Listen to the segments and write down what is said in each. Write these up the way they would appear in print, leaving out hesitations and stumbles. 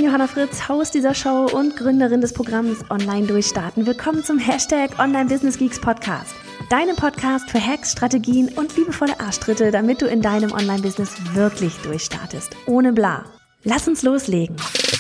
Johanna Fritz, Host dieser Show und Gründerin des Programms Online Durchstarten. Willkommen zum Online Business Geeks Podcast. Deinem Podcast für Hacks, Strategien und liebevolle Arschtritte, damit du in deinem Online-Business wirklich durchstartest. Ohne bla. Lass uns loslegen.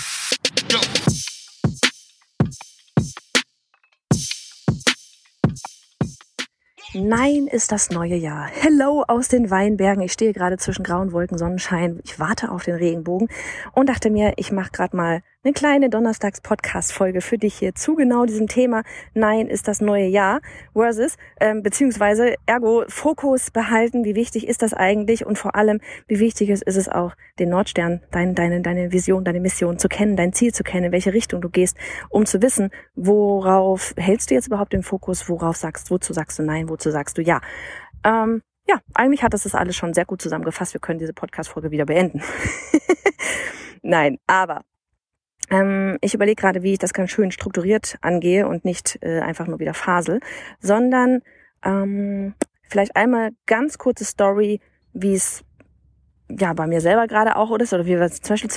Nein ist das neue Jahr. Hello aus den Weinbergen. Ich stehe gerade zwischen grauen Wolken, Sonnenschein. Ich warte auf den Regenbogen und dachte mir, ich mache gerade mal eine kleine Donnerstags-Podcast-Folge für dich hier zu genau diesem Thema. Nein ist das neue Jahr versus, beziehungsweise ergo Fokus behalten. Wie wichtig ist das eigentlich? Und vor allem, wie wichtig ist es auch, den Nordstern, deine Vision, deine Mission zu kennen, dein Ziel zu kennen, in welche Richtung du gehst, um zu wissen, worauf hältst du jetzt überhaupt den Fokus, wozu sagst du nein, wozu sagst du ja. Ja, eigentlich hat das alles schon sehr gut zusammengefasst. Wir können diese Podcast-Folge wieder beenden. Nein, aber ich überlege gerade, wie ich das ganz schön strukturiert angehe und nicht einfach nur wieder fasel, sondern vielleicht einmal ganz kurze Story, wie es ja bei mir selber gerade auch ist, oder wie wir zum Beispiel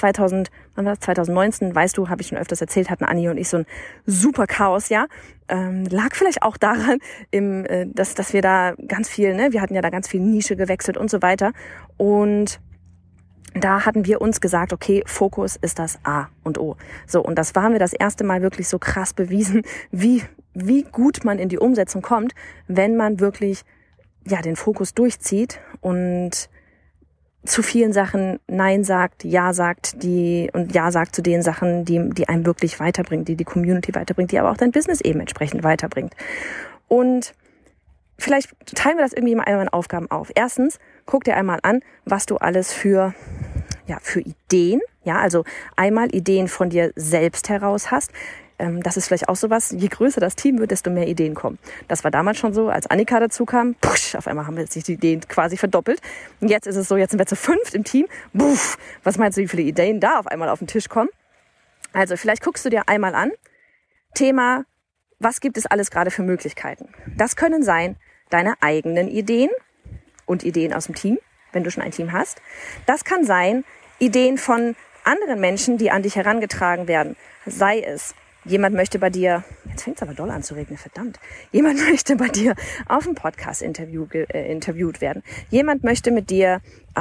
2019, weißt du, habe ich schon öfters erzählt, hatten Anni und ich so ein super Chaos, ja. Lag vielleicht auch daran, dass wir da ganz viel, wir hatten ja da ganz viel Nische gewechselt und so weiter. Und da hatten wir uns gesagt, okay, Fokus ist das A und O. So, und das haben wir das erste Mal wirklich so krass bewiesen, wie gut man in die Umsetzung kommt, wenn man wirklich den Fokus durchzieht und zu vielen Sachen Nein sagt, Ja sagt, Ja sagt zu den Sachen, die einem wirklich weiterbringt, die Community weiterbringt, die aber auch dein Business eben entsprechend weiterbringt. Und vielleicht teilen wir das irgendwie mal einmal in Aufgaben auf. Erstens, guck dir einmal an, was du alles für Ideen, also einmal Ideen von dir selbst heraus hast. Das ist vielleicht auch sowas, je größer das Team wird, desto mehr Ideen kommen. Das war damals schon so, als Annika dazu kam, auf einmal haben wir sich die Ideen quasi verdoppelt. Und jetzt ist es so, jetzt sind wir zu 5 im Team. Was meinst du, wie viele Ideen da auf einmal auf den Tisch kommen? Also vielleicht guckst du dir einmal an, Thema, was gibt es alles gerade für Möglichkeiten? Das können sein deine eigenen Ideen und Ideen aus dem Team, wenn du schon ein Team hast. Das kann sein Ideen von anderen Menschen, die an dich herangetragen werden. Sei es, jemand möchte bei dir, jetzt fängt es aber doll an zu regnen, verdammt. Jemand möchte bei dir auf dem Podcast interviewt werden. Jemand möchte mit dir,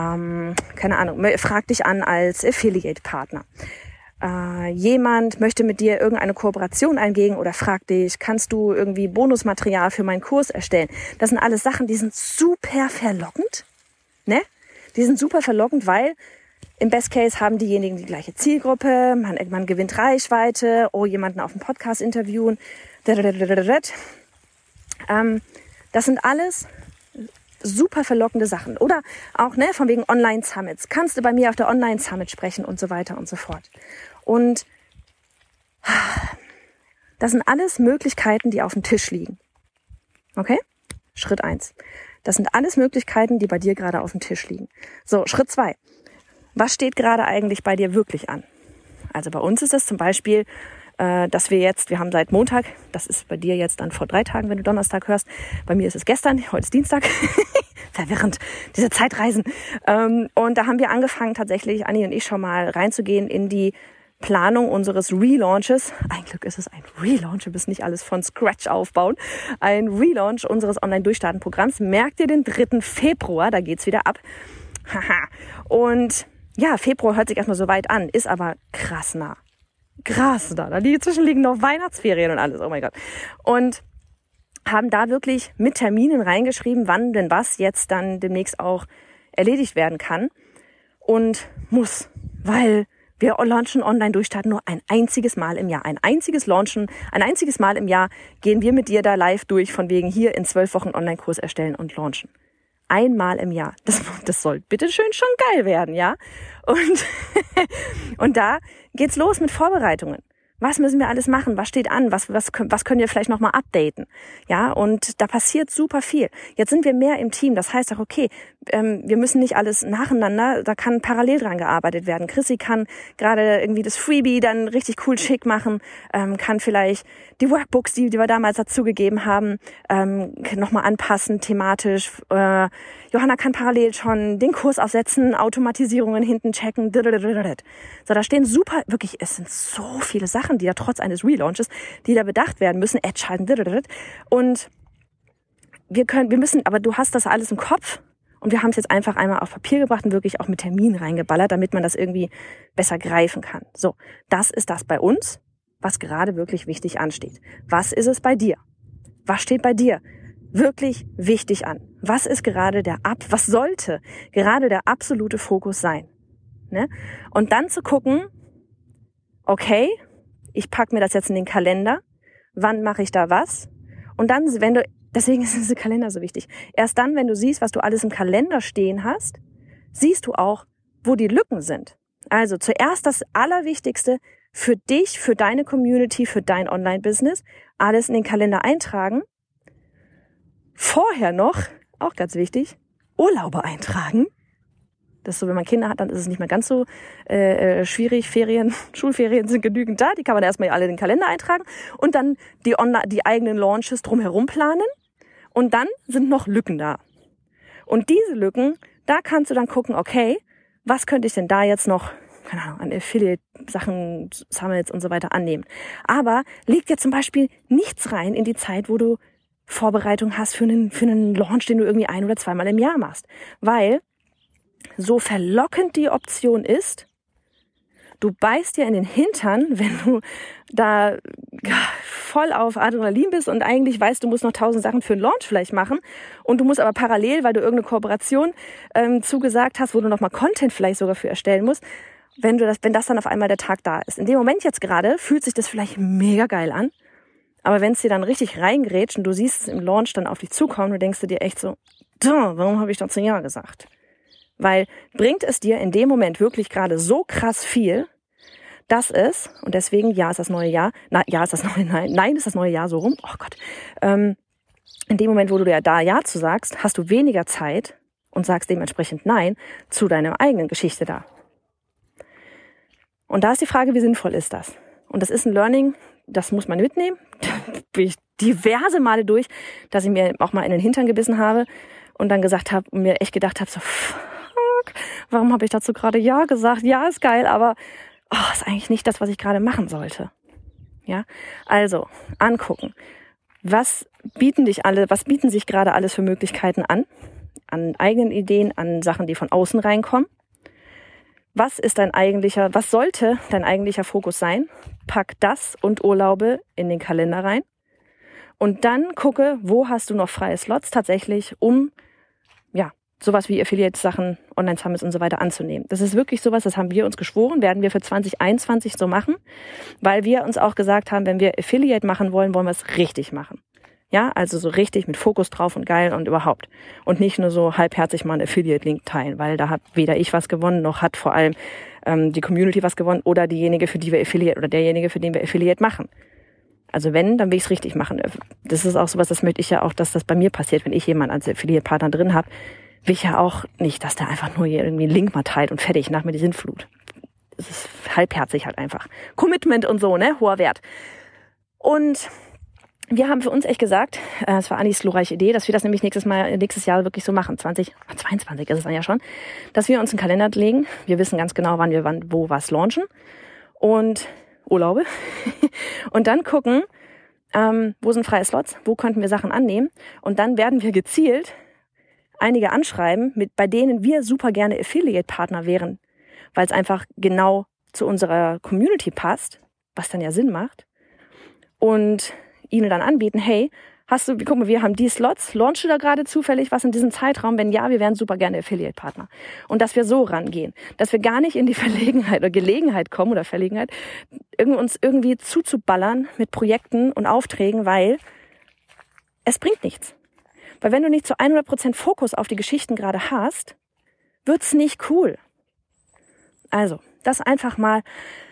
fragt dich an als Affiliate-Partner. Jemand möchte mit dir irgendeine Kooperation eingehen oder fragt dich, kannst du irgendwie Bonusmaterial für meinen Kurs erstellen? Das sind alles Sachen, die sind super verlockend, Die sind super verlockend, weil im Best Case haben diejenigen die gleiche Zielgruppe, man gewinnt Reichweite, jemanden auf dem Podcast interviewen. Das sind alles super verlockende Sachen. Oder auch von wegen Online-Summits. Kannst du bei mir auf der Online-Summit sprechen und so weiter und so fort. Und das sind alles Möglichkeiten, die auf dem Tisch liegen. Okay? Schritt 1. Das sind alles Möglichkeiten, die bei dir gerade auf dem Tisch liegen. So, Schritt 2. Was steht gerade eigentlich bei dir wirklich an? Also bei uns ist es zum Beispiel, dass wir haben seit Montag, das ist bei dir jetzt dann vor 3 Tagen, wenn du Donnerstag hörst, bei mir ist es gestern, heute ist Dienstag, verwirrend, diese Zeitreisen. Und da haben wir angefangen tatsächlich, Anni und ich, schon mal reinzugehen in die Planung unseres Relaunches. Ein Glück ist es ein Relaunch, wir müssen nicht alles von Scratch aufbauen. Ein Relaunch unseres Online-Durchstarten-Programms. Merkt ihr den 3. Februar, da geht's wieder ab. Haha. Und ja, Februar hört sich erstmal so weit an, ist aber krass nah. Dazwischen liegen noch Weihnachtsferien und alles, oh mein Gott. Und haben da wirklich mit Terminen reingeschrieben, wann denn was jetzt dann demnächst auch erledigt werden kann. Und muss, weil wir launchen online durchstarten nur ein einziges Mal im Jahr. Ein einziges Mal im Jahr gehen wir mit dir da live durch, von wegen hier in 12 Wochen Online-Kurs erstellen und launchen. Einmal im Jahr. Das soll bitteschön schon geil werden, ja? Und da geht's los mit Vorbereitungen. Was müssen wir alles machen? Was steht an? Was können wir vielleicht nochmal updaten? Ja, und da passiert super viel. Jetzt sind wir mehr im Team. Das heißt auch, okay, wir müssen nicht alles nacheinander, da kann parallel dran gearbeitet werden. Chrissy kann gerade irgendwie das Freebie dann richtig cool schick machen, kann vielleicht die Workbooks, die wir damals dazugegeben haben, nochmal anpassen, thematisch. Johanna kann parallel schon den Kurs aufsetzen, Automatisierungen hinten checken. So, da stehen super, wirklich, es sind so viele Sachen, die da trotz eines Relaunches, die da bedacht werden müssen, Ad schalten. Und wir müssen, aber du hast das alles im Kopf. Und wir haben es jetzt einfach einmal auf Papier gebracht und wirklich auch mit Terminen reingeballert, damit man das irgendwie besser greifen kann. So, das ist das bei uns, was gerade wirklich wichtig ansteht. Was ist es bei dir? Was steht bei dir wirklich wichtig an? Was ist gerade was sollte gerade der absolute Fokus sein? Ne? Und dann zu gucken, okay, ich packe mir das jetzt in den Kalender. Wann mache ich da was? Und dann, deswegen ist dieser Kalender so wichtig. Erst dann, wenn du siehst, was du alles im Kalender stehen hast, siehst du auch, wo die Lücken sind. Also zuerst das Allerwichtigste für dich, für deine Community, für dein Online-Business, alles in den Kalender eintragen. Vorher noch, auch ganz wichtig, Urlaube eintragen. Das ist so, wenn man Kinder hat, dann ist es nicht mehr ganz so schwierig. Schulferien sind genügend da, die kann man erstmal alle in den Kalender eintragen und dann die eigenen Launches drumherum planen. Und dann sind noch Lücken da. Und diese Lücken, da kannst du dann gucken, okay, was könnte ich denn da jetzt noch, keine Ahnung, an Affiliate-Sachen, Summits und so weiter annehmen. Aber leg dir zum Beispiel nichts rein in die Zeit, wo du Vorbereitung hast für einen Launch, den du irgendwie 1- oder 2-mal im Jahr machst. Weil so verlockend die Option ist, du beißt dir in den Hintern, wenn du da voll auf Adrenalin bist und eigentlich weißt, du musst noch 1000 Sachen für einen Launch vielleicht machen und du musst aber parallel, weil du irgendeine Kooperation zugesagt hast, wo du nochmal Content vielleicht sogar für erstellen musst, wenn das dann auf einmal der Tag da ist. In dem Moment jetzt gerade fühlt sich das vielleicht mega geil an, aber wenn es dir dann richtig reingrätscht und du siehst es im Launch dann auf dich zukommen, du denkst dir echt so, warum habe ich dazu Ja gesagt? Weil bringt es dir in dem Moment wirklich gerade so krass viel, dass es, und deswegen ja ist das neue Jahr, nein ist das neue Jahr so rum, oh Gott, in dem Moment, wo du da Ja zu sagst, hast du weniger Zeit und sagst dementsprechend Nein zu deiner eigenen Geschichte da. Und da ist die Frage, wie sinnvoll ist das? Und das ist ein Learning, das muss man mitnehmen. Da bin ich diverse Male durch, dass ich mir auch mal in den Hintern gebissen habe und dann gesagt habe und mir echt gedacht habe, so warum habe ich dazu gerade Ja gesagt? Ja, ist geil, aber ist eigentlich nicht das, was ich gerade machen sollte. Ja, also angucken. Was bieten sich gerade alles für Möglichkeiten an eigenen Ideen, an Sachen, die von außen reinkommen? Was sollte dein eigentlicher Fokus sein? Pack das und Urlaube in den Kalender rein. Und dann gucke, wo hast du noch freie Slots tatsächlich, um sowas wie Affiliate-Sachen, Online-Summits und so weiter anzunehmen. Das ist wirklich sowas, das haben wir uns geschworen, werden wir für 2021 so machen, weil wir uns auch gesagt haben, wenn wir Affiliate machen wollen, wollen wir es richtig machen. Ja, also so richtig mit Fokus drauf und geil und überhaupt. Und nicht nur so halbherzig mal einen Affiliate-Link teilen, weil da hat weder ich was gewonnen, noch hat vor allem die Community was gewonnen oder diejenige, für die wir Affiliate oder derjenige, für den wir Affiliate machen. Also wenn, dann will ich es richtig machen. Das ist auch sowas, das möchte ich ja auch, dass das bei mir passiert, wenn ich jemanden als Affiliate-Partner drin habe, will ich ja auch nicht, dass der einfach nur hier irgendwie einen Link mal teilt und fertig, nach mir die Sintflut. Das ist halbherzig halt einfach. Commitment und so, ne? Hoher Wert. Und wir haben für uns echt gesagt, es war Anis glorreiche Idee, dass wir das nämlich nächstes Jahr wirklich so machen. 2022 ist es dann ja schon, dass wir uns einen Kalender legen. Wir wissen ganz genau, wann wir wo was launchen. Und Urlaube. Und dann gucken, wo sind freie Slots, wo könnten wir Sachen annehmen. Und dann werden wir gezielt einige anschreiben, bei denen wir super gerne Affiliate-Partner wären, weil es einfach genau zu unserer Community passt, was dann ja Sinn macht. Und ihnen dann anbieten, hey, guck mal, wir haben die Slots, launchst du da gerade zufällig was in diesem Zeitraum? Wenn ja, wir wären super gerne Affiliate-Partner. Und dass wir so rangehen, dass wir gar nicht in die Verlegenheit oder Gelegenheit kommen oder Verlegenheit, uns irgendwie zuzuballern mit Projekten und Aufträgen, weil es bringt nichts. Weil wenn du nicht zu 100% Fokus auf die Geschichten gerade hast, wird's nicht cool. Also, das einfach mal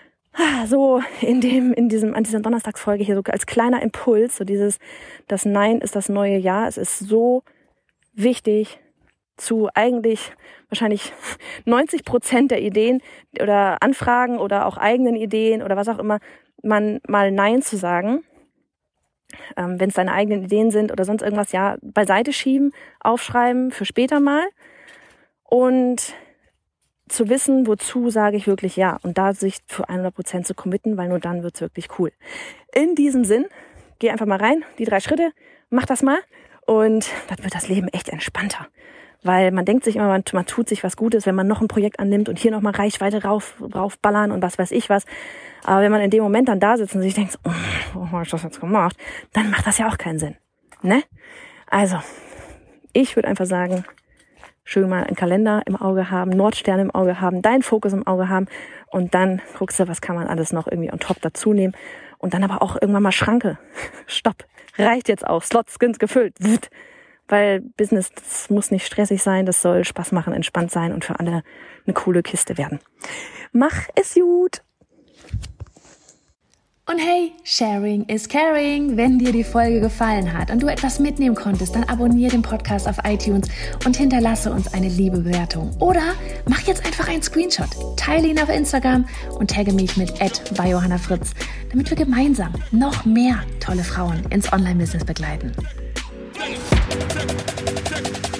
so an dieser Donnerstagsfolge hier so als kleiner Impuls, so das Nein ist das neue Jahr. Es ist so wichtig zu eigentlich wahrscheinlich 90% der Ideen oder Anfragen oder auch eigenen Ideen oder was auch immer, mal Nein zu sagen, wenn es deine eigenen Ideen sind oder sonst irgendwas, ja, beiseite schieben, aufschreiben für später mal und zu wissen, wozu sage ich wirklich ja und da sich für 100% zu committen, weil nur dann wird's wirklich cool. In diesem Sinn, geh einfach mal rein, die 3 Schritte, mach das mal und dann wird das Leben echt entspannter. Weil man denkt sich immer, man tut sich was Gutes, wenn man noch ein Projekt annimmt und hier nochmal Reichweite raufballern und was weiß ich was. Aber wenn man in dem Moment dann da sitzt und sich denkt, warum habe ich das jetzt gemacht, dann macht das ja auch keinen Sinn. Ne? Also, ich würde einfach sagen, schön mal einen Kalender im Auge haben, Nordstern im Auge haben, deinen Fokus im Auge haben und dann guckst du, was kann man alles noch irgendwie on top dazu nehmen und dann aber auch irgendwann mal Schranke. Stopp, reicht jetzt auch, Slots sind gefüllt. Weil Business, das muss nicht stressig sein, das soll Spaß machen, entspannt sein und für alle eine coole Kiste werden. Mach es gut! Und hey, Sharing is Caring. Wenn dir die Folge gefallen hat und du etwas mitnehmen konntest, dann abonniere den Podcast auf iTunes und hinterlasse uns eine liebe Bewertung. Oder mach jetzt einfach einen Screenshot, teile ihn auf Instagram und tagge mich mit @byjohannafritz, damit wir gemeinsam noch mehr tolle Frauen ins Online-Business begleiten.